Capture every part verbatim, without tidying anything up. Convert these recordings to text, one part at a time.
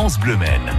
France Bleu Maine.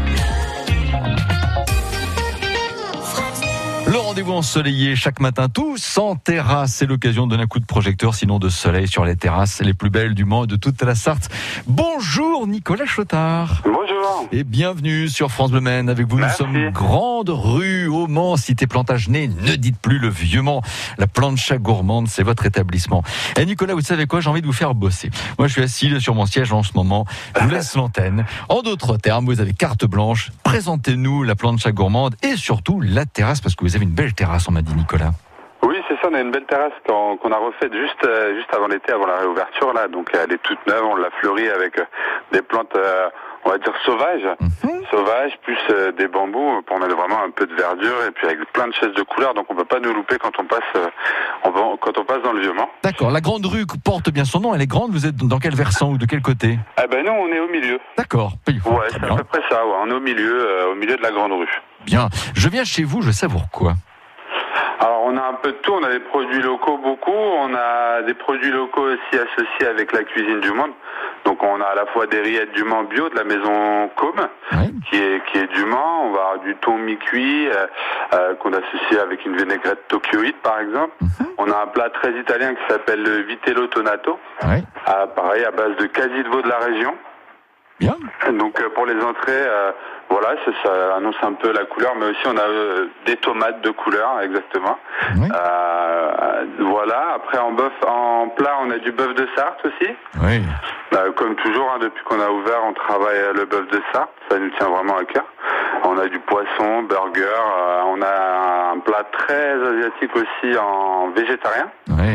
Le rendez-vous ensoleillé chaque matin, tous en terrasse. C'est l'occasion de donner un coup de projecteur, sinon de soleil sur les terrasses les plus belles du Mans et de toute la Sarthe. Bonjour Nicolas Chotard. Bonjour. Et bienvenue sur France Bleu Maine. Avec vous, Merci. Nous sommes grande rue au Mans, cité Plantagenet. Ne dites plus le vieux Mans. La plancha gourmande, c'est votre établissement. Et Nicolas, vous savez quoi? J'ai envie de vous faire bosser. Moi, je suis assis sur mon siège en ce moment. Je vous laisse l'antenne. En d'autres termes, vous avez carte blanche. Présentez-nous la plancha gourmande et surtout la terrasse, parce que vous avez une belle terrasse, on m'a dit, Nicolas. Oui, c'est ça, on a une belle terrasse qu'on, qu'on a refaite juste, euh, juste avant l'été, avant la réouverture, là. Donc, elle est toute neuve, on l'a fleurie avec euh, des plantes, euh, on va dire, sauvages. Mm-hmm. Sauvages, plus euh, des bambous, pour mettre vraiment un peu de verdure, et puis avec plein de chaises de couleurs, donc on peut pas nous louper quand on passe, euh, on va, quand on passe dans le Vieux-Mans. D'accord, la grande rue porte bien son nom, elle est grande, vous êtes dans quel versant ou de quel côté? Ah ben nous, on est au milieu. D'accord. Ouais, c'est à peu près ça, ouais. On est au milieu, euh, au milieu de la grande rue. Bien, je viens chez vous, je sais pourquoi. Alors on a un peu de tout, on a des produits locaux beaucoup, on a des produits locaux aussi associés avec la cuisine du monde. Donc on a à la fois des rillettes du Mans bio de la maison Com, oui. qui est qui est du Mans. On va avoir du thon mi-cuit euh, euh, qu'on associe avec une vinaigrette tokyoïde par exemple. Mm-hmm. On a un plat très italien qui s'appelle le vitello tonato, oui. euh, pareil à base de quasi de veau de la région. Bien. Donc euh, pour les entrées, euh, voilà, ça, ça annonce un peu la couleur, mais aussi on a euh, des tomates de couleur, exactement. Oui. Euh, voilà. Après en bœuf, en plat, on a du bœuf de Sarthe aussi. Oui. Euh, comme toujours, hein, depuis qu'on a ouvert, on travaille le bœuf de Sarthe. Ça nous tient vraiment à cœur. On a du poisson, burger. Euh, on a un plat très asiatique aussi en végétarien. Oui.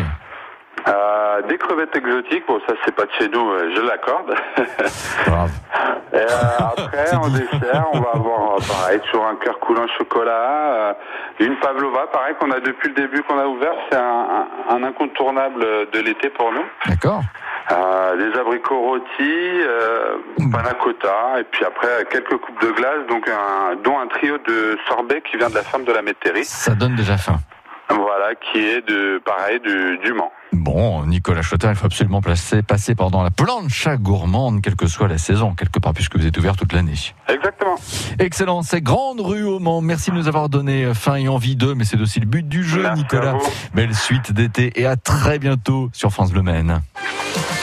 Euh, des crevettes exotiques, bon ça c'est pas de chez nous, je l'accorde. Bravo. Et euh, après en dessert, on va avoir euh, pareil, toujours un cœur coulant chocolat, euh, une pavlova, pareil qu'on a depuis le début qu'on a ouvert, c'est un, un, un incontournable de l'été pour nous. D'accord. Euh, des abricots rôtis, euh, mmh. panna cotta, et puis après quelques coupes de glace, donc un, dont un trio de sorbet qui vient de la ferme de la Métairie. Ça donne déjà faim. Voilà, qui est de pareil du, du Mans. Bon, Nicolas Chotard, il faut absolument passer, passer pendant la plancha gourmande, quelle que soit la saison, quelque part, puisque vous êtes ouvert toute l'année. Exactement. Excellent, c'est Grande Rue au Mans. Merci de nous avoir donné faim et envie d'eux, mais c'est aussi le but du jeu, merci, Nicolas. Belle suite d'été et à très bientôt sur France Bleu Maine.